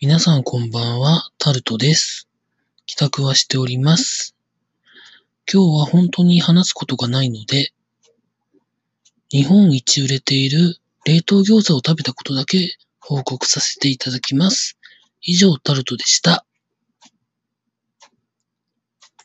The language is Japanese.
皆さんこんばんは、タルトです。帰宅はしております。今日は本当に話すことがないので、日本一売れている冷凍餃子を食べたことだけ報告させていただきます。以上、タルトでした。